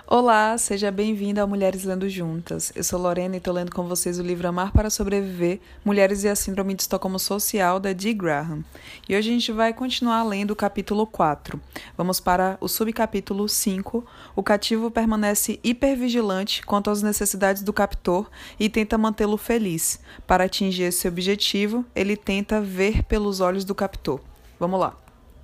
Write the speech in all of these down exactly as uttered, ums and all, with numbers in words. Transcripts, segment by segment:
Olá, seja bem-vinda ao Mulheres Lendo Juntas. Eu sou Lorena e estou lendo com vocês o livro Amar para Sobreviver, Mulheres e a Síndrome de Estocolmo Social, da Dee Graham. E hoje a gente vai continuar lendo o capítulo quatro. Vamos para o subcapítulo cinco. O cativo permanece hipervigilante quanto às necessidades do captor e tenta mantê-lo feliz. Para atingir esse objetivo, ele tenta ver pelos olhos do captor. Vamos lá.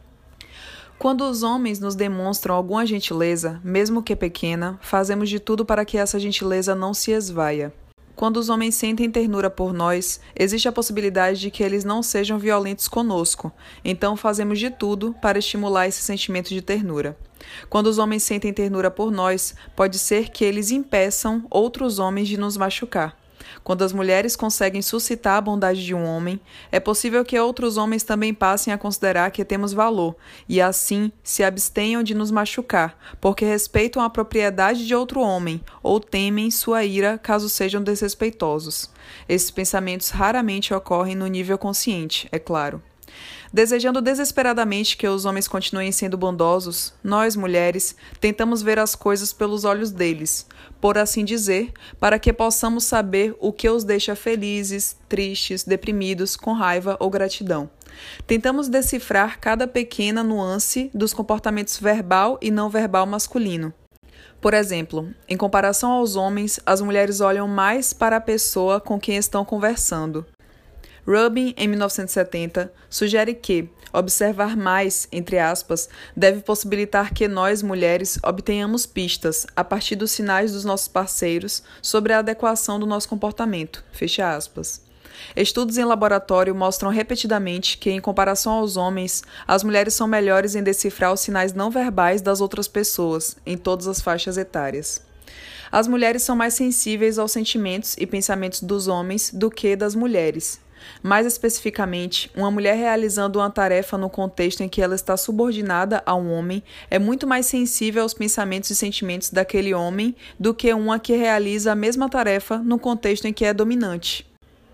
Quando os homens nos demonstram alguma gentileza, mesmo que pequena, fazemos de tudo para que essa gentileza não se esvaia. Quando os homens sentem ternura por nós, existe a possibilidade de que eles não sejam violentos conosco, então fazemos de tudo para estimular esse sentimento de ternura. Quando os homens sentem ternura por nós, pode ser que eles impeçam outros homens de nos machucar. Quando as mulheres conseguem suscitar a bondade de um homem, é possível que outros homens também passem a considerar que temos valor e, assim, se abstenham de nos machucar, porque respeitam a propriedade de outro homem ou temem sua ira caso sejam desrespeitosos. Esses pensamentos raramente ocorrem no nível consciente, é claro. Desejando desesperadamente que os homens continuem sendo bondosos, nós, mulheres, tentamos ver as coisas pelos olhos deles, por assim dizer, para que possamos saber o que os deixa felizes, tristes, deprimidos, com raiva ou gratidão. Tentamos decifrar cada pequena nuance dos comportamentos verbal e não verbal masculino. Por exemplo, em comparação aos homens, as mulheres olham mais para a pessoa com quem estão conversando. Rubin, em mil novecentos e setenta, sugere que observar mais, entre aspas, deve possibilitar que nós, mulheres, obtenhamos pistas, a partir dos sinais dos nossos parceiros, sobre a adequação do nosso comportamento, fecha aspas. Estudos em laboratório mostram repetidamente que, em comparação aos homens, as mulheres são melhores em decifrar os sinais não verbais das outras pessoas, em todas as faixas etárias. As mulheres são mais sensíveis aos sentimentos e pensamentos dos homens do que das mulheres. Mais especificamente, uma mulher realizando uma tarefa no contexto em que ela está subordinada a um homem é muito mais sensível aos pensamentos e sentimentos daquele homem do que uma que realiza a mesma tarefa no contexto em que é dominante.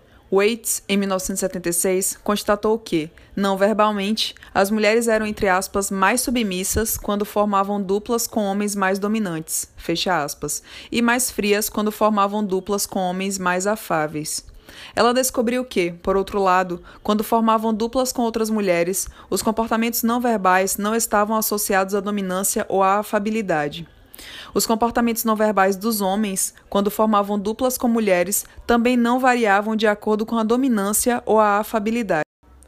Waits, em mil novecentos e setenta e seis, constatou que, não verbalmente, as mulheres eram, entre aspas, mais submissas quando formavam duplas com homens mais dominantes, fecha aspas, e mais frias quando formavam duplas com homens mais afáveis. Ela descobriu que, por outro lado, quando formavam duplas com outras mulheres, os comportamentos não verbais não estavam associados à dominância ou à afabilidade. Os comportamentos não verbais dos homens, quando formavam duplas com mulheres, também não variavam de acordo com a dominância ou a afabilidade.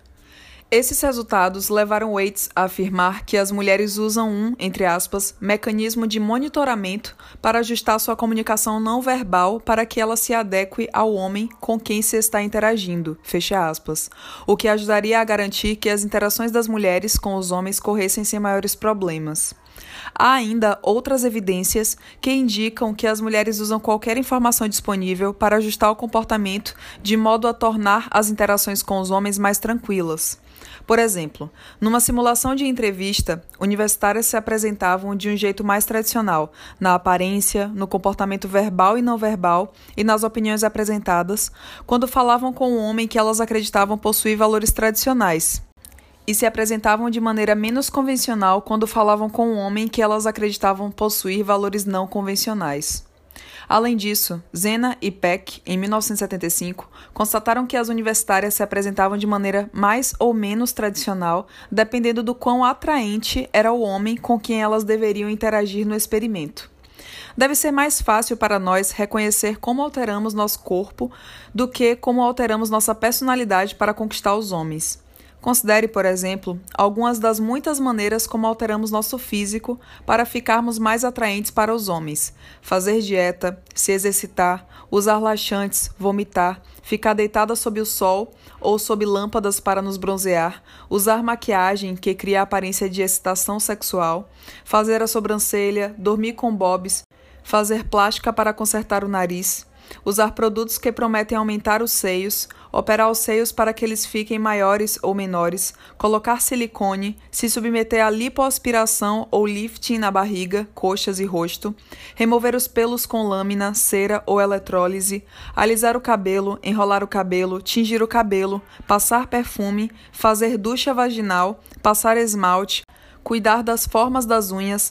Esses resultados levaram Waits a afirmar que as mulheres usam um, entre aspas, mecanismo de monitoramento para ajustar sua comunicação não verbal para que ela se adeque ao homem com quem se está interagindo, fecha aspas, o que ajudaria a garantir que as interações das mulheres com os homens corressem sem maiores problemas. Há ainda outras evidências que indicam que as mulheres usam qualquer informação disponível para ajustar o comportamento de modo a tornar as interações com os homens mais tranquilas. Por exemplo, numa simulação de entrevista, universitárias se apresentavam de um jeito mais tradicional, na aparência, no comportamento verbal e não verbal e nas opiniões apresentadas, quando falavam com um homem que elas acreditavam possuir valores tradicionais, e se apresentavam de maneira menos convencional quando falavam com um homem que elas acreditavam possuir valores não convencionais. Além disso, Zena e Peck, em mil novecentos e setenta e cinco, constataram que as universitárias se apresentavam de maneira mais ou menos tradicional, dependendo do quão atraente era o homem com quem elas deveriam interagir no experimento. Deve ser mais fácil para nós reconhecer como alteramos nosso corpo do que como alteramos nossa personalidade para conquistar os homens. Considere, por exemplo, algumas das muitas maneiras como alteramos nosso físico para ficarmos mais atraentes para os homens. Fazer dieta, se exercitar, usar laxantes, vomitar, ficar deitada sob o sol ou sob lâmpadas para nos bronzear, usar maquiagem que cria a aparência de excitação sexual, fazer a sobrancelha, dormir com bobs, fazer plástica para consertar o nariz, usar produtos que prometem aumentar os seios, operar os seios para que eles fiquem maiores ou menores, colocar silicone, se submeter a lipoaspiração ou lifting na barriga, coxas e rosto, remover os pelos com lâmina, cera ou eletrólise, alisar o cabelo, enrolar o cabelo, tingir o cabelo, passar perfume, fazer ducha vaginal, passar esmalte, cuidar das formas das unhas,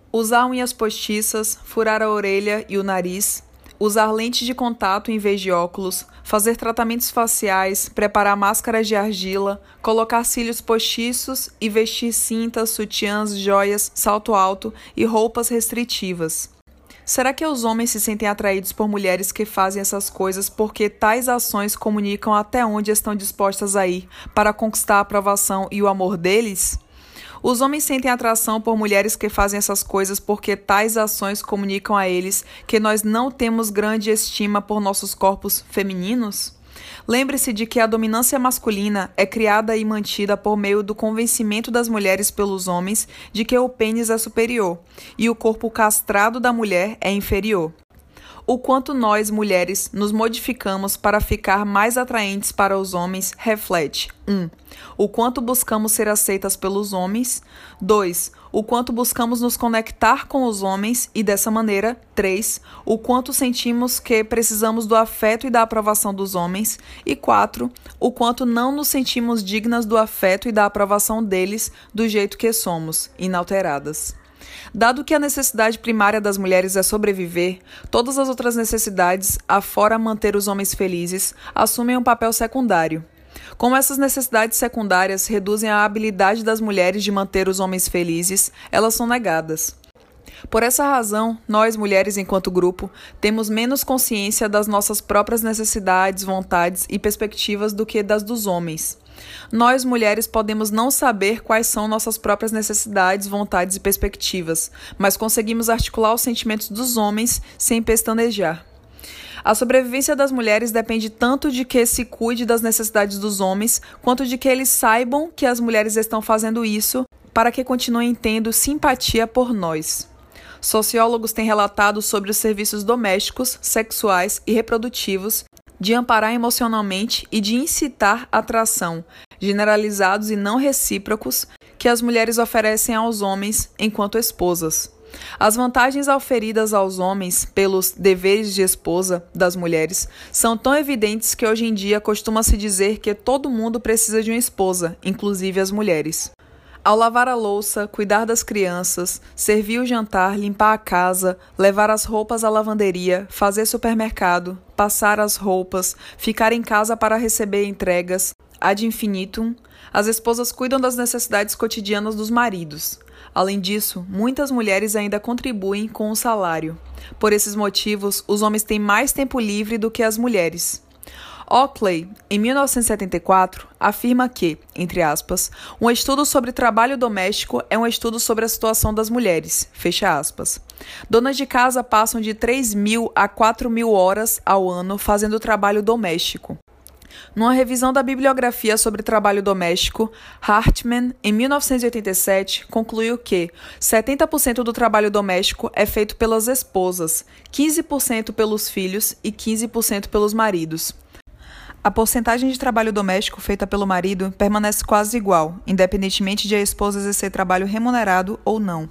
Usar unhas postiças, furar a orelha e o nariz, usar lentes de contato em vez de óculos, fazer tratamentos faciais, preparar máscaras de argila, colocar cílios postiços e vestir cintas, sutiãs, joias, salto alto e roupas restritivas. Será que os homens se sentem atraídos por mulheres que fazem essas coisas porque tais ações comunicam até onde estão dispostas a ir para conquistar a aprovação e o amor deles? Os homens sentem atração por mulheres que fazem essas coisas porque tais ações comunicam a eles que nós não temos grande estima por nossos corpos femininos? Lembre-se de que a dominância masculina é criada e mantida por meio do convencimento das mulheres pelos homens de que o pênis é superior e o corpo castrado da mulher é inferior. O quanto nós, mulheres, nos modificamos para ficar mais atraentes para os homens reflete um. O quanto buscamos ser aceitas pelos homens. dois. O quanto buscamos nos conectar com os homens e, dessa maneira, três. O quanto sentimos que precisamos do afeto e da aprovação dos homens. E quatro. O quanto não nos sentimos dignas do afeto e da aprovação deles do jeito que somos, inalteradas. Dado que a necessidade primária das mulheres é sobreviver, todas as outras necessidades, afora manter os homens felizes, assumem um papel secundário. Como essas necessidades secundárias reduzem a habilidade das mulheres de manter os homens felizes, elas são negadas. Por essa razão, nós, mulheres enquanto grupo, temos menos consciência das nossas próprias necessidades, vontades e perspectivas do que das dos homens. Nós, mulheres, podemos não saber quais são nossas próprias necessidades, vontades e perspectivas, mas conseguimos articular os sentimentos dos homens sem pestanejar. A sobrevivência das mulheres depende tanto de que se cuide das necessidades dos homens, quanto de que eles saibam que as mulheres estão fazendo isso para que continuem tendo simpatia por nós. Sociólogos têm relatado sobre os serviços domésticos, sexuais e reprodutivos, de amparar emocionalmente e de incitar atração, generalizados e não recíprocos, que as mulheres oferecem aos homens enquanto esposas. As vantagens auferidas aos homens pelos deveres de esposa das mulheres são tão evidentes que hoje em dia costuma-se dizer que todo mundo precisa de uma esposa, inclusive as mulheres. Ao lavar a louça, cuidar das crianças, servir o jantar, limpar a casa, levar as roupas à lavanderia, fazer supermercado, passar as roupas, ficar em casa para receber entregas, ad infinitum, as esposas cuidam das necessidades cotidianas dos maridos. Além disso, muitas mulheres ainda contribuem com o salário. Por esses motivos, os homens têm mais tempo livre do que as mulheres. Oakley, em mil novecentos e setenta e quatro, afirma que, entre aspas, um estudo sobre trabalho doméstico é um estudo sobre a situação das mulheres, fecha aspas. Donas de casa passam de três mil a quatro mil horas ao ano fazendo trabalho doméstico. Numa revisão da bibliografia sobre trabalho doméstico, Hartman, em mil novecentos e oitenta e sete, concluiu que setenta por cento do trabalho doméstico é feito pelas esposas, quinze por cento pelos filhos e quinze por cento pelos maridos. A porcentagem de trabalho doméstico feita pelo marido permanece quase igual, independentemente de a esposa exercer trabalho remunerado ou não.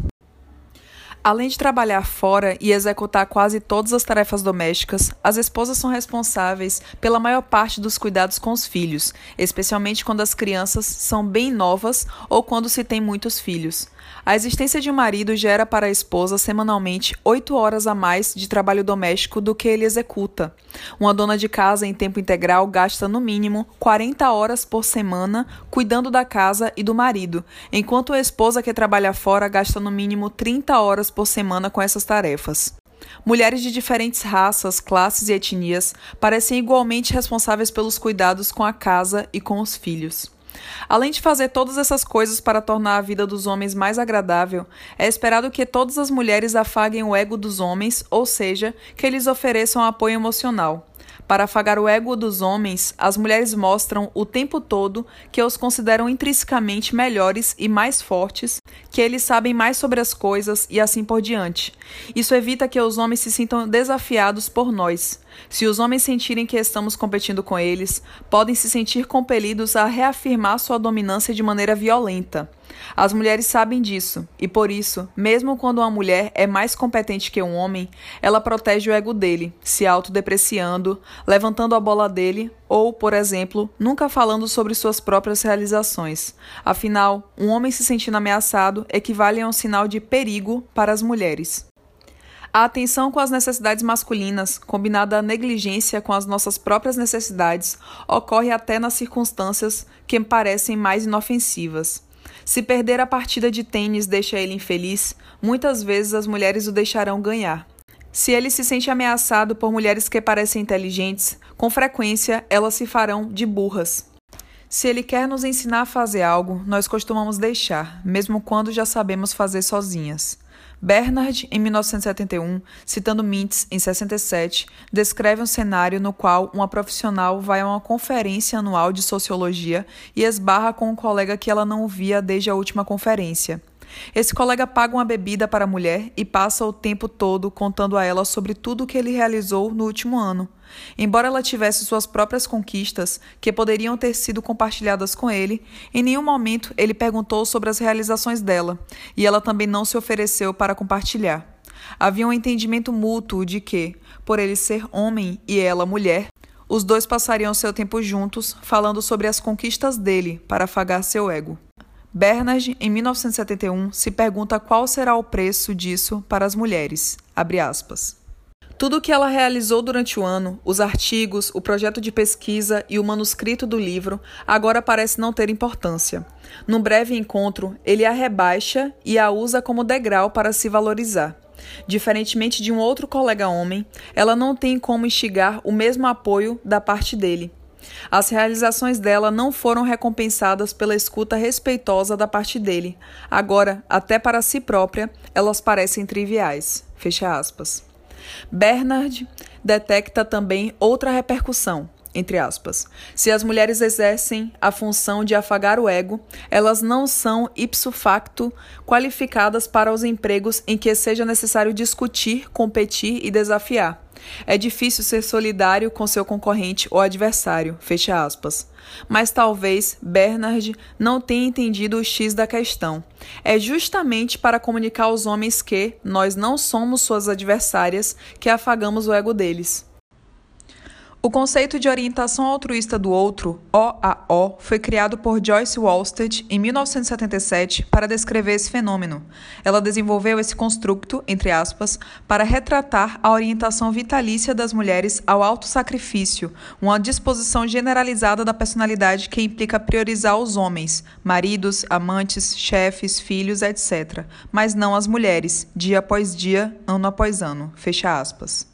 Além de trabalhar fora e executar quase todas as tarefas domésticas, as esposas são responsáveis pela maior parte dos cuidados com os filhos, especialmente quando as crianças são bem novas ou quando se tem muitos filhos. A existência de um marido gera para a esposa semanalmente oito horas a mais de trabalho doméstico do que ele executa. Uma dona de casa em tempo integral gasta no mínimo quarenta horas por semana cuidando da casa e do marido, enquanto a esposa que trabalha fora gasta no mínimo trinta horas por semana com essas tarefas. Mulheres de diferentes raças, classes e etnias parecem igualmente responsáveis pelos cuidados com a casa e com os filhos. Além de fazer todas essas coisas para tornar a vida dos homens mais agradável, é esperado que todas as mulheres afaguem o ego dos homens, ou seja, que eles ofereçam apoio emocional. Para afagar o ego dos homens, as mulheres mostram o tempo todo que os consideram intrinsecamente melhores e mais fortes, que eles sabem mais sobre as coisas e assim por diante. Isso evita que os homens se sintam desafiados por nós. Se os homens sentirem que estamos competindo com eles, podem se sentir compelidos a reafirmar sua dominância de maneira violenta. As mulheres sabem disso, e por isso, mesmo quando uma mulher é mais competente que um homem, ela protege o ego dele, se autodepreciando, levantando a bola dele ou, por exemplo, nunca falando sobre suas próprias realizações. Afinal, um homem se sentindo ameaçado equivale a um sinal de perigo para as mulheres. A atenção com as necessidades masculinas, combinada à negligência com as nossas próprias necessidades, ocorre até nas circunstâncias que parecem mais inofensivas. Se perder a partida de tênis deixa ele infeliz, muitas vezes as mulheres o deixarão ganhar. Se ele se sente ameaçado por mulheres que parecem inteligentes, com frequência elas se farão de burras. Se ele quer nos ensinar a fazer algo, nós costumamos deixar, mesmo quando já sabemos fazer sozinhas. Bernard, em mil novecentos e setenta e um, citando Mintz, em sessenta e sete, descreve um cenário no qual uma profissional vai a uma conferência anual de sociologia e esbarra com um colega que ela não via desde a última conferência. Esse colega paga uma bebida para a mulher e passa o tempo todo contando a ela sobre tudo o que ele realizou no último ano. Embora ela tivesse suas próprias conquistas, que poderiam ter sido compartilhadas com ele, em nenhum momento ele perguntou sobre as realizações dela, e ela também não se ofereceu para compartilhar. Havia um entendimento mútuo de que, por ele ser homem e ela mulher, os dois passariam seu tempo juntos, falando sobre as conquistas dele para afagar seu ego. Bernard, em mil novecentos e setenta e um, se pergunta qual será o preço disso para as mulheres. Abre aspas. Tudo o que ela realizou durante o ano, os artigos, o projeto de pesquisa e o manuscrito do livro, agora parece não ter importância. Num breve encontro, ele a rebaixa e a usa como degrau para se valorizar. Diferentemente de um outro colega homem, ela não tem como instigar o mesmo apoio da parte dele. As realizações dela não foram recompensadas pela escuta respeitosa da parte dele. Agora, até para si própria, elas parecem triviais. Fecha aspas. Bernard detecta também outra repercussão, entre aspas. Se as mulheres exercem a função de afagar o ego, elas não são ipso facto qualificadas para os empregos em que seja necessário discutir, competir e desafiar. É difícil ser solidário com seu concorrente ou adversário, fecha aspas. Mas talvez Bernard não tenha entendido o X da questão. É justamente para comunicar aos homens que nós não somos suas adversárias que afagamos o ego deles. O conceito de orientação altruísta do outro, O A O, foi criado por Joyce Walstead em mil novecentos e setenta e sete para descrever esse fenômeno. Ela desenvolveu esse construto, entre aspas, para retratar a orientação vitalícia das mulheres ao autossacrifício, uma disposição generalizada da personalidade que implica priorizar os homens, maridos, amantes, chefes, filhos, etcétera, mas não as mulheres, dia após dia, ano após ano, fecha aspas.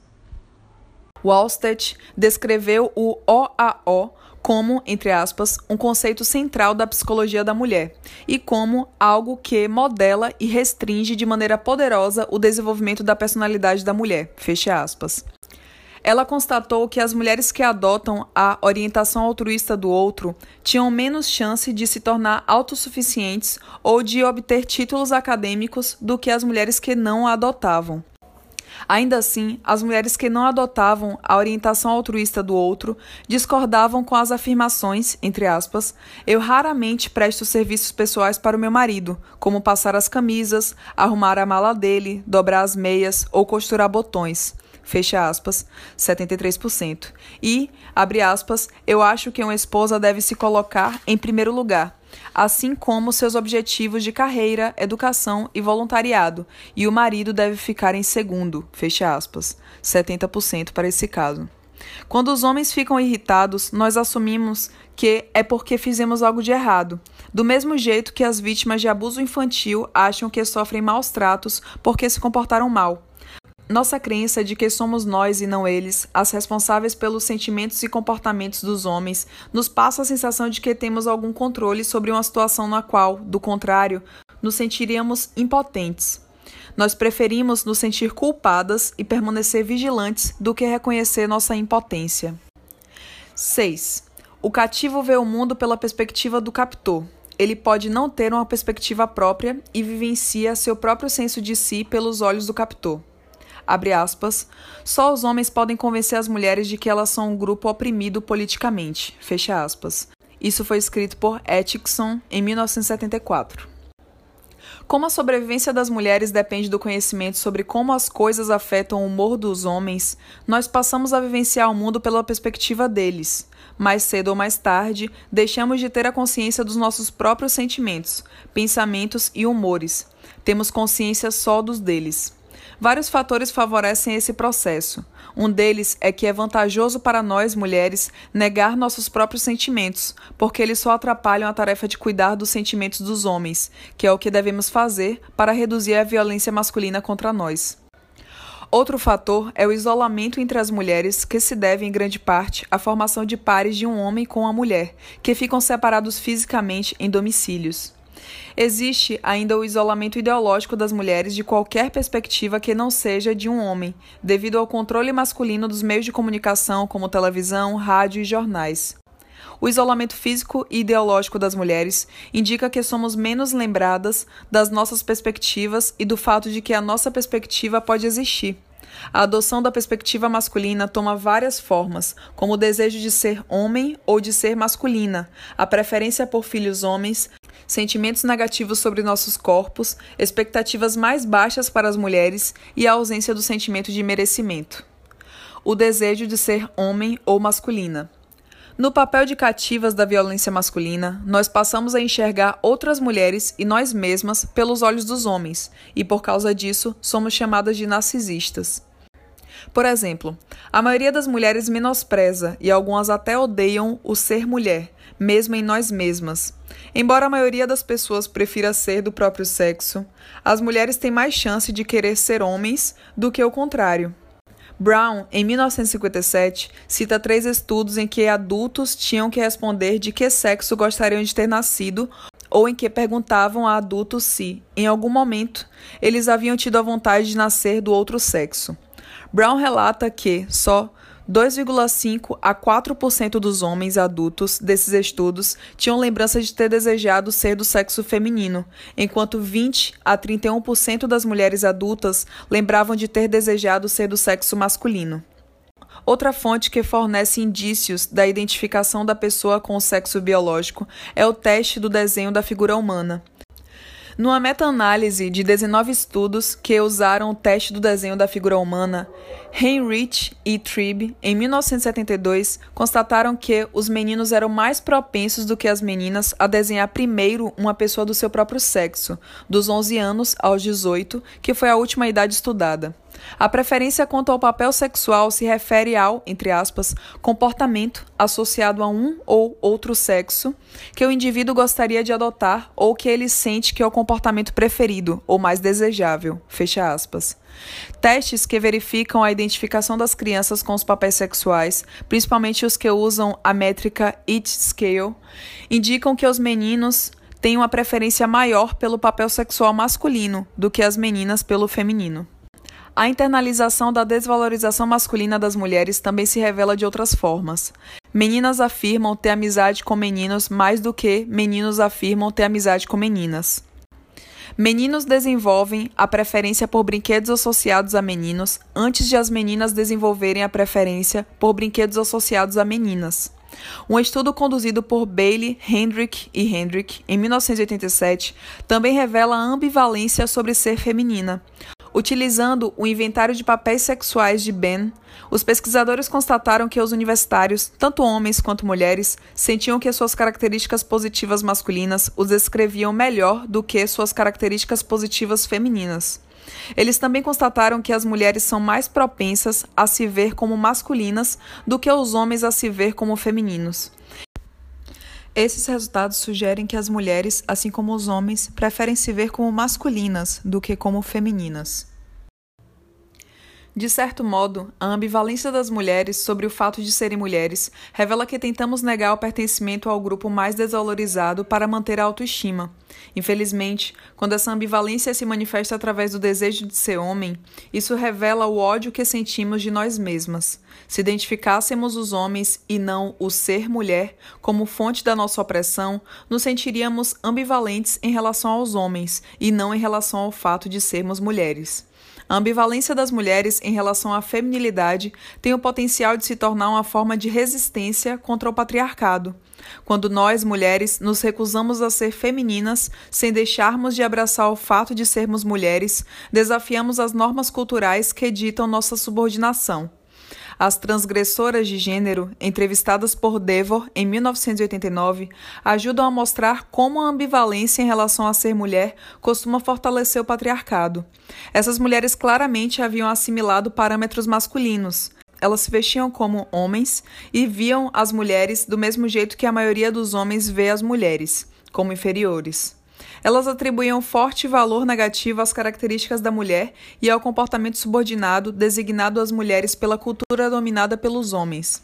Walstead descreveu o O A O como, entre aspas, um conceito central da psicologia da mulher e como algo que modela e restringe de maneira poderosa o desenvolvimento da personalidade da mulher, fecha aspas. Ela constatou que as mulheres que adotam a orientação altruísta do outro tinham menos chance de se tornar autossuficientes ou de obter títulos acadêmicos do que as mulheres que não a adotavam. Ainda assim, as mulheres que não adotavam a orientação altruísta do outro discordavam com as afirmações, entre aspas, eu raramente presto serviços pessoais para o meu marido, como passar as camisas, arrumar a mala dele, dobrar as meias ou costurar botões, fecha aspas, setenta e três por cento. E, abre aspas, eu acho que uma esposa deve se colocar em primeiro lugar, assim como seus objetivos de carreira, educação e voluntariado, e o marido deve ficar em segundo, fecha aspas, setenta por cento para esse caso. Quando os homens ficam irritados, nós assumimos que é porque fizemos algo de errado, do mesmo jeito que as vítimas de abuso infantil acham que sofrem maus tratos porque se comportaram mal. Nossa crença de que somos nós e não eles, as responsáveis pelos sentimentos e comportamentos dos homens, nos passa a sensação de que temos algum controle sobre uma situação na qual, do contrário, nos sentiríamos impotentes. Nós preferimos nos sentir culpadas e permanecer vigilantes do que reconhecer nossa impotência. seis. O cativo vê o mundo pela perspectiva do captor. Ele pode não ter uma perspectiva própria e vivencia seu próprio senso de si pelos olhos do captor. Abre aspas, só os homens podem convencer as mulheres de que elas são um grupo oprimido politicamente, fecha aspas. Isso foi escrito por Atkinson em mil novecentos e setenta e quatro. Como a sobrevivência das mulheres depende do conhecimento sobre como as coisas afetam o humor dos homens, nós passamos a vivenciar o mundo pela perspectiva deles. Mais cedo ou mais tarde, deixamos de ter a consciência dos nossos próprios sentimentos, pensamentos e humores. Temos consciência só dos deles. Vários fatores favorecem esse processo. Um deles é que é vantajoso para nós, mulheres, negar nossos próprios sentimentos, porque eles só atrapalham a tarefa de cuidar dos sentimentos dos homens, que é o que devemos fazer para reduzir a violência masculina contra nós. Outro fator é o isolamento entre as mulheres, que se deve, em grande parte, à formação de pares de um homem com a mulher, que ficam separados fisicamente em domicílios. Existe ainda o isolamento ideológico das mulheres de qualquer perspectiva que não seja de um homem, devido ao controle masculino dos meios de comunicação como televisão, rádio e jornais. O isolamento físico e ideológico das mulheres indica que somos menos lembradas das nossas perspectivas e do fato de que a nossa perspectiva pode existir. A adoção da perspectiva masculina toma várias formas, como o desejo de ser homem ou de ser masculina, a preferência por filhos homens, sentimentos negativos sobre nossos corpos, expectativas mais baixas para as mulheres e a ausência do sentimento de merecimento. O desejo de ser homem ou masculina. No papel de cativas da violência masculina, nós passamos a enxergar outras mulheres e nós mesmas pelos olhos dos homens, e por causa disso somos chamadas de narcisistas. Por exemplo, a maioria das mulheres menospreza e algumas até odeiam o ser mulher, mesmo em nós mesmas. Embora a maioria das pessoas prefira ser do próprio sexo, as mulheres têm mais chance de querer ser homens do que o contrário. Brown, em mil novecentos e cinquenta e sete, cita três estudos em que adultos tinham que responder de que sexo gostariam de ter nascido ou em que perguntavam a adultos se, em algum momento, eles haviam tido a vontade de nascer do outro sexo. Brown relata que só dois vírgula cinco a quatro por cento dos homens adultos desses estudos tinham lembrança de ter desejado ser do sexo feminino, enquanto vinte a trinta e um por cento das mulheres adultas lembravam de ter desejado ser do sexo masculino. Outra fonte que fornece indícios da identificação da pessoa com o sexo biológico é o teste do desenho da figura humana. Numa meta-análise de dezenove estudos que usaram o teste do desenho da figura humana, Heinrich e Tribe, em mil novecentos e setenta e dois, constataram que os meninos eram mais propensos do que as meninas a desenhar primeiro uma pessoa do seu próprio sexo, dos onze anos aos dezoito, que foi a última idade estudada. A preferência quanto ao papel sexual se refere ao, entre aspas, comportamento associado a um ou outro sexo que o indivíduo gostaria de adotar ou que ele sente que é o comportamento preferido ou mais desejável, fecha aspas. Testes que verificam a identificação das crianças com os papéis sexuais, principalmente os que usam a métrica It Scale, indicam que os meninos têm uma preferência maior pelo papel sexual masculino do que as meninas pelo feminino. A internalização da desvalorização masculina das mulheres também se revela de outras formas. Meninas afirmam ter amizade com meninos mais do que meninos afirmam ter amizade com meninas. Meninos desenvolvem a preferência por brinquedos associados a meninos antes de as meninas desenvolverem a preferência por brinquedos associados a meninas. Um estudo conduzido por Bailey, Hendrick e Hendrick, em mil novecentos e oitenta e sete, também revela a ambivalência sobre ser feminina. Utilizando o inventário de papéis sexuais de Ben, os pesquisadores constataram que os universitários, tanto homens quanto mulheres, sentiam que suas características positivas masculinas os descreviam melhor do que suas características positivas femininas. Eles também constataram que as mulheres são mais propensas a se ver como masculinas do que os homens a se ver como femininos. Esses resultados sugerem que as mulheres, assim como os homens, preferem se ver como masculinas do que como femininas. De certo modo, a ambivalência das mulheres sobre o fato de serem mulheres revela que tentamos negar o pertencimento ao grupo mais desvalorizado para manter a autoestima. Infelizmente, quando essa ambivalência se manifesta através do desejo de ser homem, isso revela o ódio que sentimos de nós mesmas. Se identificássemos os homens e não o ser mulher como fonte da nossa opressão, nos sentiríamos ambivalentes em relação aos homens e não em relação ao fato de sermos mulheres. A ambivalência das mulheres em relação à feminilidade têm o potencial de se tornar uma forma de resistência contra o patriarcado. Quando nós, mulheres, nos recusamos a ser femininas sem deixarmos de abraçar o fato de sermos mulheres, desafiamos as normas culturais que ditam nossa subordinação. As transgressoras de gênero, entrevistadas por Devor em mil novecentos e oitenta e nove, ajudam a mostrar como a ambivalência em relação a ser mulher costuma fortalecer o patriarcado. Essas mulheres claramente haviam assimilado parâmetros masculinos. Elas se vestiam como homens e viam as mulheres do mesmo jeito que a maioria dos homens vê as mulheres, como inferiores. Elas atribuíam forte valor negativo às características da mulher e ao comportamento subordinado designado às mulheres pela cultura dominada pelos homens.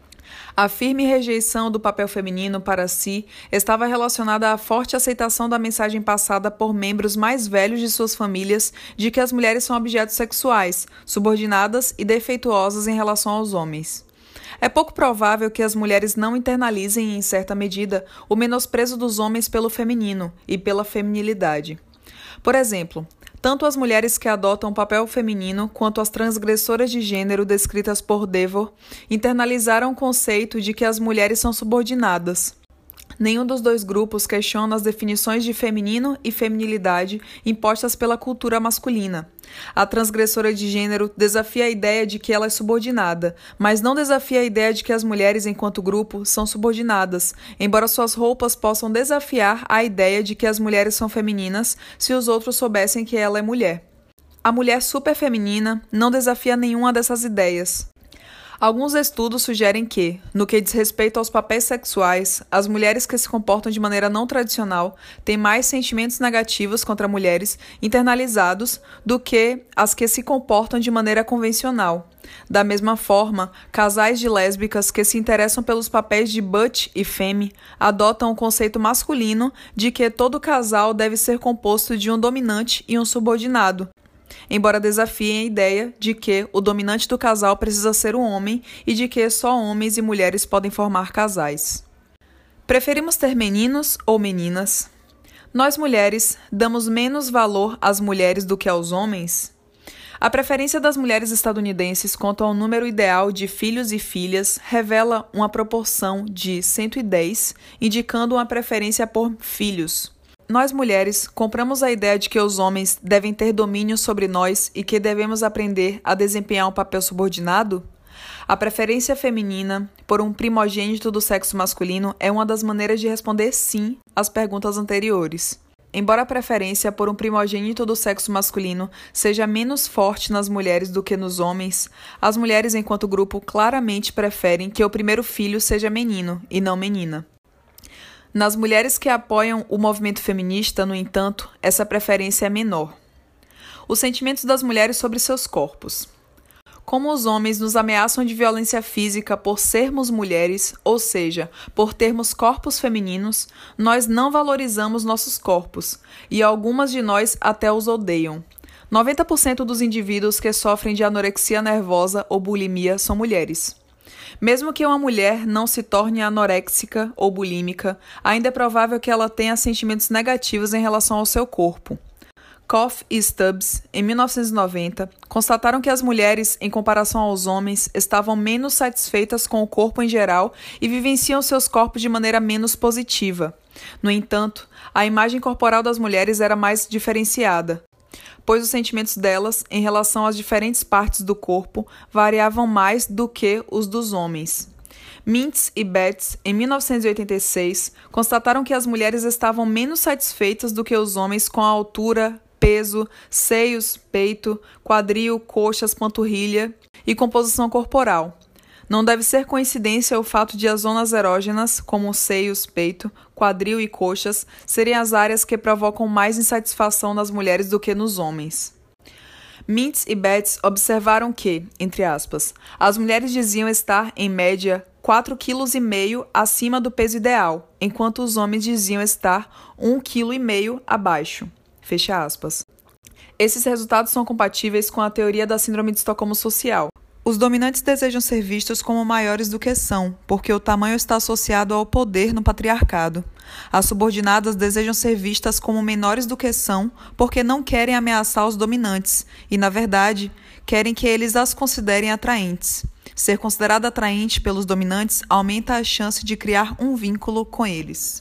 A firme rejeição do papel feminino para si estava relacionada à forte aceitação da mensagem passada por membros mais velhos de suas famílias de que as mulheres são objetos sexuais, subordinadas e defeituosas em relação aos homens. É pouco provável que as mulheres não internalizem, em certa medida, o menosprezo dos homens pelo feminino e pela feminilidade. Por exemplo, tanto as mulheres que adotam o papel feminino quanto as transgressoras de gênero descritas por Devor internalizaram o conceito de que as mulheres são subordinadas. Nenhum dos dois grupos questiona as definições de feminino e feminilidade impostas pela cultura masculina. A transgressora de gênero desafia a ideia de que ela é subordinada, mas não desafia a ideia de que as mulheres, enquanto grupo, são subordinadas, embora suas roupas possam desafiar a ideia de que as mulheres são femininas se os outros soubessem que ela é mulher. A mulher superfeminina não desafia nenhuma dessas ideias. Alguns estudos sugerem que, no que diz respeito aos papéis sexuais, as mulheres que se comportam de maneira não tradicional têm mais sentimentos negativos contra mulheres internalizados do que as que se comportam de maneira convencional. Da mesma forma, casais de lésbicas que se interessam pelos papéis de butch e femme adotam o conceito masculino de que todo casal deve ser composto de um dominante e um subordinado, embora desafiem a ideia de que o dominante do casal precisa ser um homem e de que só homens e mulheres podem formar casais. Preferimos ter meninos ou meninas? Nós, mulheres, damos menos valor às mulheres do que aos homens? A preferência das mulheres estadunidenses quanto ao número ideal de filhos e filhas revela uma proporção de cento e dez, indicando uma preferência por filhos. Nós, mulheres, compramos a ideia de que os homens devem ter domínio sobre nós e que devemos aprender a desempenhar um papel subordinado? A preferência feminina por um primogênito do sexo masculino é uma das maneiras de responder sim às perguntas anteriores. Embora a preferência por um primogênito do sexo masculino seja menos forte nas mulheres do que nos homens, as mulheres, enquanto grupo, claramente preferem que o primeiro filho seja menino e não menina. Nas mulheres que apoiam o movimento feminista, no entanto, essa preferência é menor. Os sentimentos das mulheres sobre seus corpos. Como os homens nos ameaçam de violência física por sermos mulheres, ou seja, por termos corpos femininos, nós não valorizamos nossos corpos, e algumas de nós até os odeiam. noventa por cento dos indivíduos que sofrem de anorexia nervosa ou bulimia são mulheres. Mesmo que uma mulher não se torne anoréxica ou bulímica, ainda é provável que ela tenha sentimentos negativos em relação ao seu corpo. Koff e Stubbs, em mil novecentos e noventa, constataram que as mulheres, em comparação aos homens, estavam menos satisfeitas com o corpo em geral e vivenciam seus corpos de maneira menos positiva. No entanto, a imagem corporal das mulheres era mais diferenciada, pois os sentimentos delas, em relação às diferentes partes do corpo, variavam mais do que os dos homens. Mintz e Betts, em mil novecentos e oitenta e seis, constataram que as mulheres estavam menos satisfeitas do que os homens com a altura, peso, seios, peito, quadril, coxas, panturrilha e composição corporal. Não deve ser coincidência o fato de as zonas erógenas, como seios, peito, quadril e coxas, serem as áreas que provocam mais insatisfação nas mulheres do que nos homens. Mintz e Betts observaram que, entre aspas, as mulheres diziam estar, em média, quatro vírgula cinco quilos acima do peso ideal, enquanto os homens diziam estar um vírgula cinco quilos abaixo. Fecha aspas. Esses resultados são compatíveis com a teoria da síndrome de Estocolmo social. Os dominantes desejam ser vistos como maiores do que são, porque o tamanho está associado ao poder no patriarcado. As subordinadas desejam ser vistas como menores do que são, porque não querem ameaçar os dominantes e, na verdade, querem que eles as considerem atraentes. Ser considerada atraente pelos dominantes aumenta a chance de criar um vínculo com eles.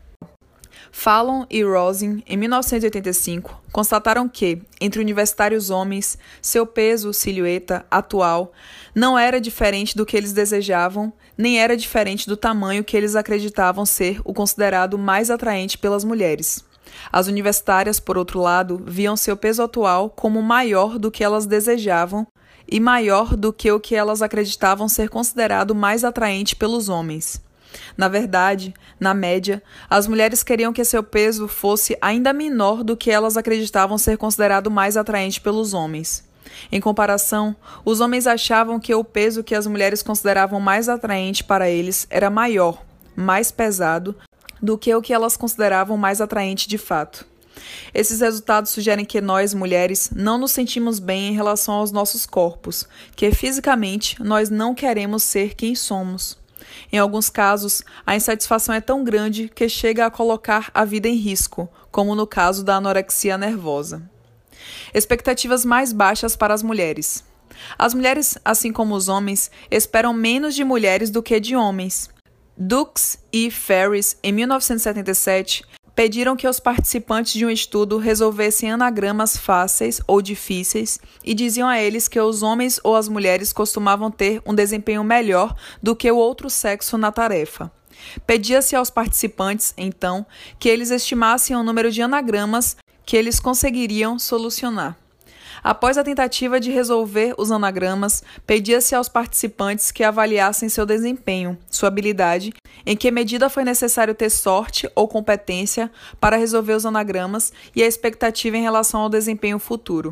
Fallon e Rosin, em mil novecentos e oitenta e cinco, constataram que, entre universitários homens, seu peso, silhueta, atual, não era diferente do que eles desejavam, nem era diferente do tamanho que eles acreditavam ser o considerado mais atraente pelas mulheres. As universitárias, por outro lado, viam seu peso atual como maior do que elas desejavam e maior do que o que elas acreditavam ser considerado mais atraente pelos homens. Na verdade, na média, as mulheres queriam que seu peso fosse ainda menor do que elas acreditavam ser considerado mais atraente pelos homens. Em comparação, os homens achavam que o peso que as mulheres consideravam mais atraente para eles era maior, mais pesado, do que o que elas consideravam mais atraente de fato. Esses resultados sugerem que nós, mulheres, não nos sentimos bem em relação aos nossos corpos, que fisicamente nós não queremos ser quem somos. Em alguns casos, a insatisfação é tão grande que chega a colocar a vida em risco, como no caso da anorexia nervosa. Expectativas mais baixas para as mulheres. As mulheres, assim como os homens, esperam menos de mulheres do que de homens. Dukes e Ferris, em mil novecentos e setenta e sete, pediram que os participantes de um estudo resolvessem anagramas fáceis ou difíceis e diziam a eles que os homens ou as mulheres costumavam ter um desempenho melhor do que o outro sexo na tarefa. Pedia-se aos participantes, então, que eles estimassem o número de anagramas que eles conseguiriam solucionar. Após a tentativa de resolver os anagramas, pedia-se aos participantes que avaliassem seu desempenho, sua habilidade, em que medida foi necessário ter sorte ou competência para resolver os anagramas e a expectativa em relação ao desempenho futuro.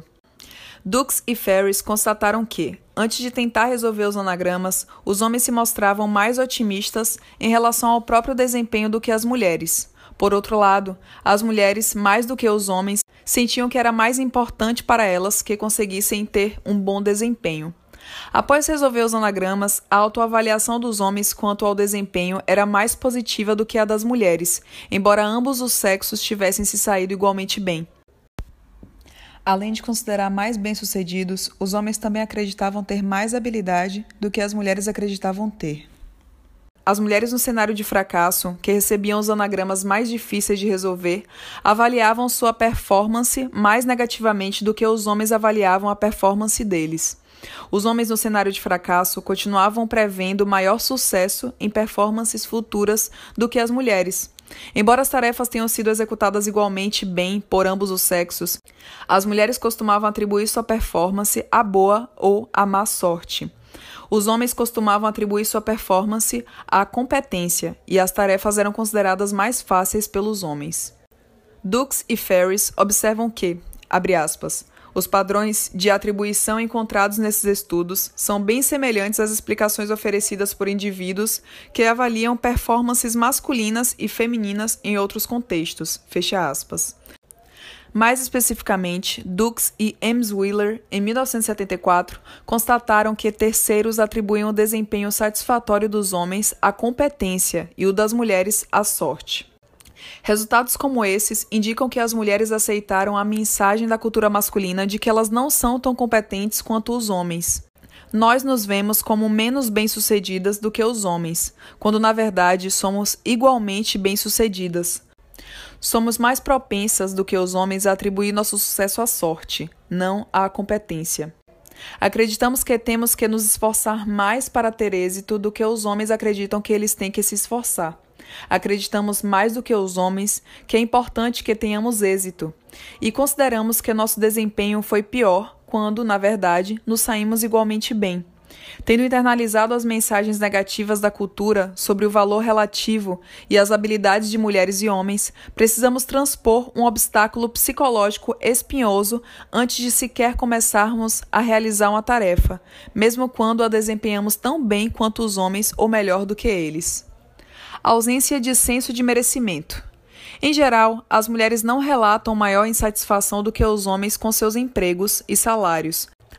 Dukes e Ferris constataram que, antes de tentar resolver os anagramas, os homens se mostravam mais otimistas em relação ao próprio desempenho do que as mulheres. Por outro lado, as mulheres, mais do que os homens, sentiam que era mais importante para elas que conseguissem ter um bom desempenho. Após resolver os anagramas, a autoavaliação dos homens quanto ao desempenho era mais positiva do que a das mulheres, embora ambos os sexos tivessem se saído igualmente bem. Além de considerar mais bem-sucedidos, os homens também acreditavam ter mais habilidade do que as mulheres acreditavam ter. As mulheres no cenário de fracasso, que recebiam os anagramas mais difíceis de resolver, avaliavam sua performance mais negativamente do que os homens avaliavam a performance deles. Os homens no cenário de fracasso continuavam prevendo maior sucesso em performances futuras do que as mulheres. Embora as tarefas tenham sido executadas igualmente bem por ambos os sexos, as mulheres costumavam atribuir sua performance à boa ou à má sorte. Os homens costumavam atribuir sua performance à competência e as tarefas eram consideradas mais fáceis pelos homens. Dukes e Ferris observam que, abre aspas, os padrões de atribuição encontrados nesses estudos são bem semelhantes às explicações oferecidas por indivíduos que avaliam performances masculinas e femininas em outros contextos, fecha aspas. Mais especificamente, Dukes e Emshwiller, em mil novecentos e setenta e quatro, constataram que terceiros atribuíam o desempenho satisfatório dos homens à competência e o das mulheres à sorte. Resultados como esses indicam que as mulheres aceitaram a mensagem da cultura masculina de que elas não são tão competentes quanto os homens. Nós nos vemos como menos bem-sucedidas do que os homens, quando na verdade somos igualmente bem-sucedidas. Somos mais propensas do que os homens a atribuir nosso sucesso à sorte, não à competência. Acreditamos que temos que nos esforçar mais para ter êxito do que os homens acreditam que eles têm que se esforçar. Acreditamos mais do que os homens que é importante que tenhamos êxito e consideramos que nosso desempenho foi pior quando, na verdade, nos saímos igualmente bem. Tendo internalizado as mensagens negativas da cultura sobre o valor relativo e as habilidades de mulheres e homens, precisamos transpor um obstáculo psicológico espinhoso antes de sequer começarmos a realizar uma tarefa, mesmo quando a desempenhamos tão bem quanto os homens ou melhor do que eles. Ausência de senso de merecimento. Em geral, as mulheres não relatam maior insatisfação do que os homens com seus empregos e salários.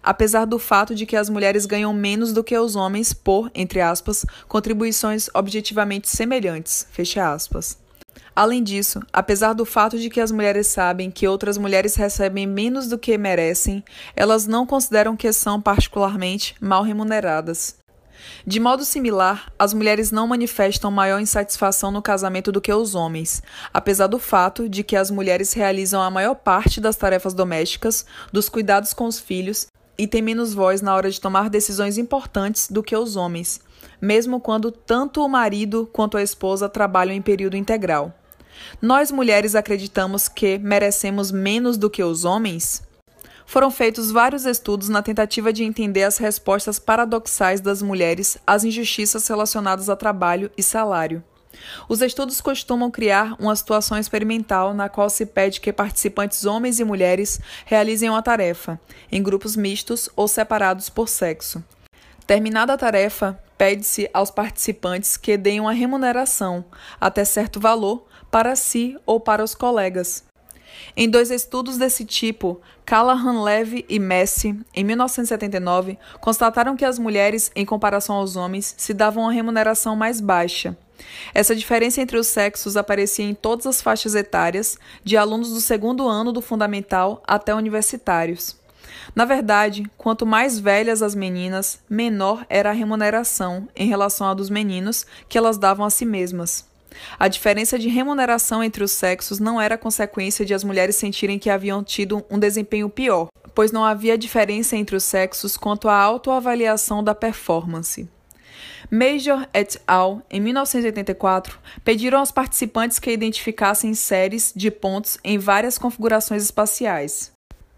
apesar do fato de que as mulheres ganham menos do que os homens por, entre aspas, contribuições objetivamente semelhantes, fecha aspas. Além disso, apesar do fato de que as mulheres sabem que outras mulheres recebem menos do que merecem, elas não consideram que são particularmente mal remuneradas. De modo similar, as mulheres não manifestam maior insatisfação no casamento do que os homens, apesar do fato de que as mulheres realizam a maior parte das tarefas domésticas, dos cuidados com os filhos e têm menos voz na hora de tomar decisões importantes do que os homens, mesmo quando tanto o marido quanto a esposa trabalham em período integral. Nós mulheres acreditamos que merecemos menos do que os homens? Foram feitos vários estudos na tentativa de entender as respostas paradoxais das mulheres às injustiças relacionadas a trabalho e salário. Os estudos costumam criar uma situação experimental na qual se pede que participantes homens e mulheres realizem uma tarefa, em grupos mistos ou separados por sexo. Terminada a tarefa, pede-se aos participantes que deem uma remuneração, até certo valor, para si ou para os colegas. Em dois estudos desse tipo, Callahan-Levy e Messi, em mil novecentos e setenta e nove, constataram que as mulheres, em comparação aos homens, se davam uma remuneração mais baixa. Essa diferença entre os sexos aparecia em todas as faixas etárias, de alunos do segundo ano do fundamental até universitários. Na verdade, quanto mais velhas as meninas, menor era a remuneração em relação à dos meninos que elas davam a si mesmas. A diferença de remuneração entre os sexos não era consequência de as mulheres sentirem que haviam tido um desempenho pior, pois não havia diferença entre os sexos quanto à autoavaliação da performance. Major et al., em mil novecentos e oitenta e quatro, pediram aos participantes que identificassem séries de pontos em várias configurações espaciais.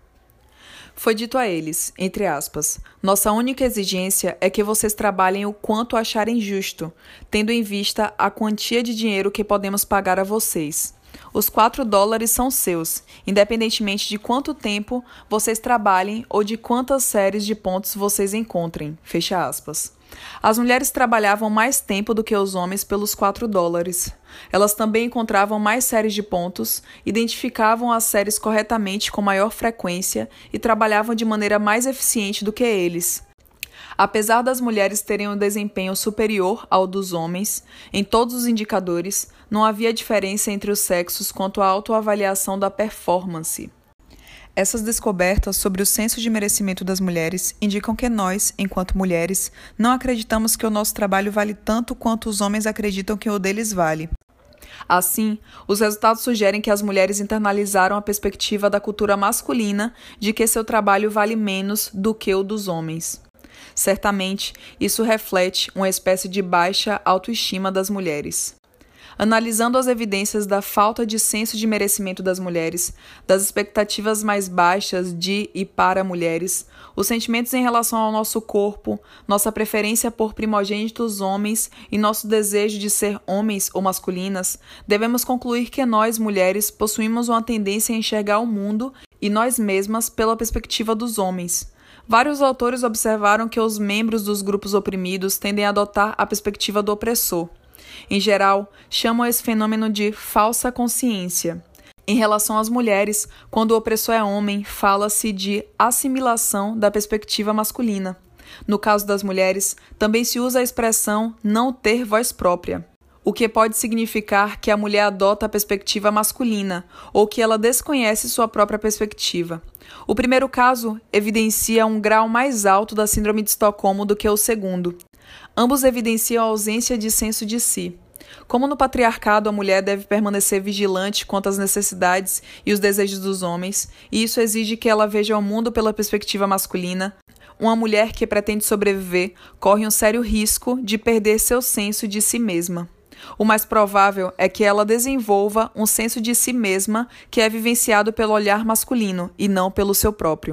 Foi dito a eles, entre aspas, nossa única exigência é que vocês trabalhem o quanto acharem justo, tendo em vista a quantia de dinheiro que podemos pagar a vocês. Os quatro dólares são seus, independentemente de quanto tempo vocês trabalhem ou de quantas séries de pontos vocês encontrem, fecha aspas. As mulheres trabalhavam mais tempo do que os homens pelos quatro dólares. Elas também encontravam mais séries de pontos, identificavam as séries corretamente com maior frequência e trabalhavam de maneira mais eficiente do que eles. Apesar das mulheres terem um desempenho superior ao dos homens, em todos os indicadores, não havia diferença entre os sexos quanto à autoavaliação da performance. Essas descobertas sobre o senso de merecimento das mulheres indicam que nós, enquanto mulheres, não acreditamos que o nosso trabalho vale tanto quanto os homens acreditam que o deles vale. Assim, os resultados sugerem que as mulheres internalizaram a perspectiva da cultura masculina de que seu trabalho vale menos do que o dos homens. Certamente, isso reflete uma espécie de baixa autoestima das mulheres. Analisando as evidências da falta de senso de merecimento das mulheres, das expectativas mais baixas de e para mulheres, os sentimentos em relação ao nosso corpo, nossa preferência por primogênitos homens e nosso desejo de ser homens ou masculinas, devemos concluir que nós, mulheres, possuímos uma tendência a enxergar o mundo e nós mesmas pela perspectiva dos homens. Vários autores observaram que os membros dos grupos oprimidos tendem a adotar a perspectiva do opressor. Em geral, chamam esse fenômeno de falsa consciência. Em relação às mulheres, quando o opressor é homem, fala-se de assimilação da perspectiva masculina. No caso das mulheres, também se usa a expressão não ter voz própria, o que pode significar que a mulher adota a perspectiva masculina ou que ela desconhece sua própria perspectiva. O primeiro caso evidencia um grau mais alto da síndrome de Estocolmo do que o segundo. Ambos evidenciam a ausência de senso de si. Como no patriarcado, a mulher deve permanecer vigilante quanto às necessidades e os desejos dos homens, e isso exige que ela veja o mundo pela perspectiva masculina. Uma mulher que pretende sobreviver corre um sério risco de perder seu senso de si mesma. O mais provável é que ela desenvolva um senso de si mesma que é vivenciado pelo olhar masculino e não pelo seu próprio.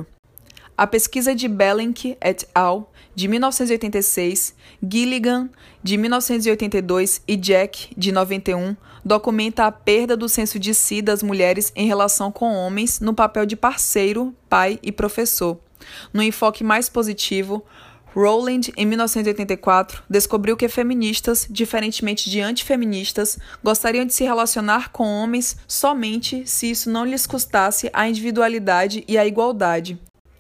A pesquisa de Bellink et al., de mil novecentos e oitenta e seis, Gilligan, de mil novecentos e oitenta e dois e Jack, de noventa e um, documenta a perda do senso de si das mulheres em relação com homens no papel de parceiro, pai e professor. No enfoque mais positivo, Rowland, em mil novecentos e oitenta e quatro, descobriu que feministas, diferentemente de antifeministas, gostariam de se relacionar com homens somente se isso não lhes custasse a individualidade e a igualdade.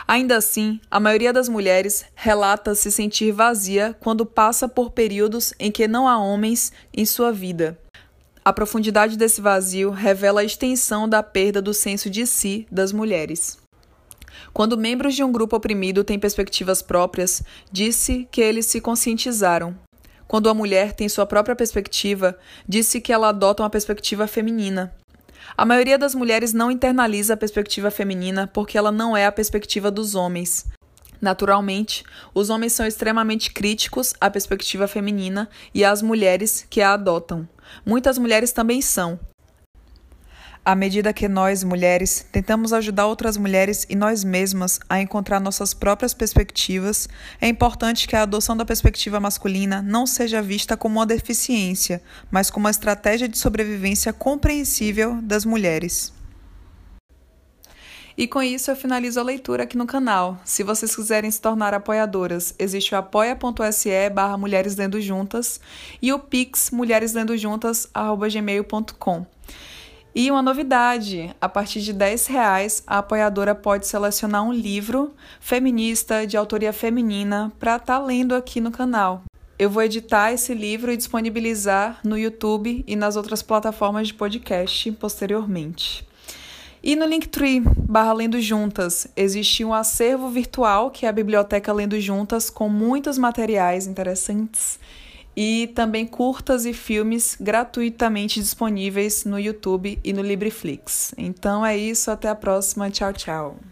Ainda assim, a maioria das mulheres relata se sentir vazia quando passa por períodos em que não há homens em sua vida. A profundidade desse vazio revela a extensão da perda do senso de si das mulheres. Quando membros de um grupo oprimido têm perspectivas próprias, disse que eles se conscientizaram. Quando a mulher tem sua própria perspectiva, disse que ela adota uma perspectiva feminina. A maioria das mulheres não internaliza a perspectiva feminina porque ela não é a perspectiva dos homens. Naturalmente, os homens são extremamente críticos à perspectiva feminina e às mulheres que a adotam. Muitas mulheres também são. À medida que nós, mulheres, tentamos ajudar outras mulheres e nós mesmas a encontrar nossas próprias perspectivas, é importante que a adoção da perspectiva masculina não seja vista como uma deficiência, mas como uma estratégia de sobrevivência compreensível das mulheres. E com isso eu finalizo a leitura aqui no canal. Se vocês quiserem se tornar apoiadoras, existe o apoia.se barra Mulheres Lendo Juntas e o pix mulhereslendojuntas arroba gmail ponto com. E uma novidade, a partir de dez reais, a apoiadora pode selecionar um livro feminista, de autoria feminina, para estar lendo aqui no canal. Eu vou editar esse livro e disponibilizar no YouTube e nas outras plataformas de podcast posteriormente. E no Linktree, barra Lendo Juntas, existe um acervo virtual, que é a Biblioteca Lendo Juntas, com muitos materiais interessantes e também curtas e filmes gratuitamente disponíveis no YouTube e no Libreflix. Então é isso, até a próxima, tchau, tchau.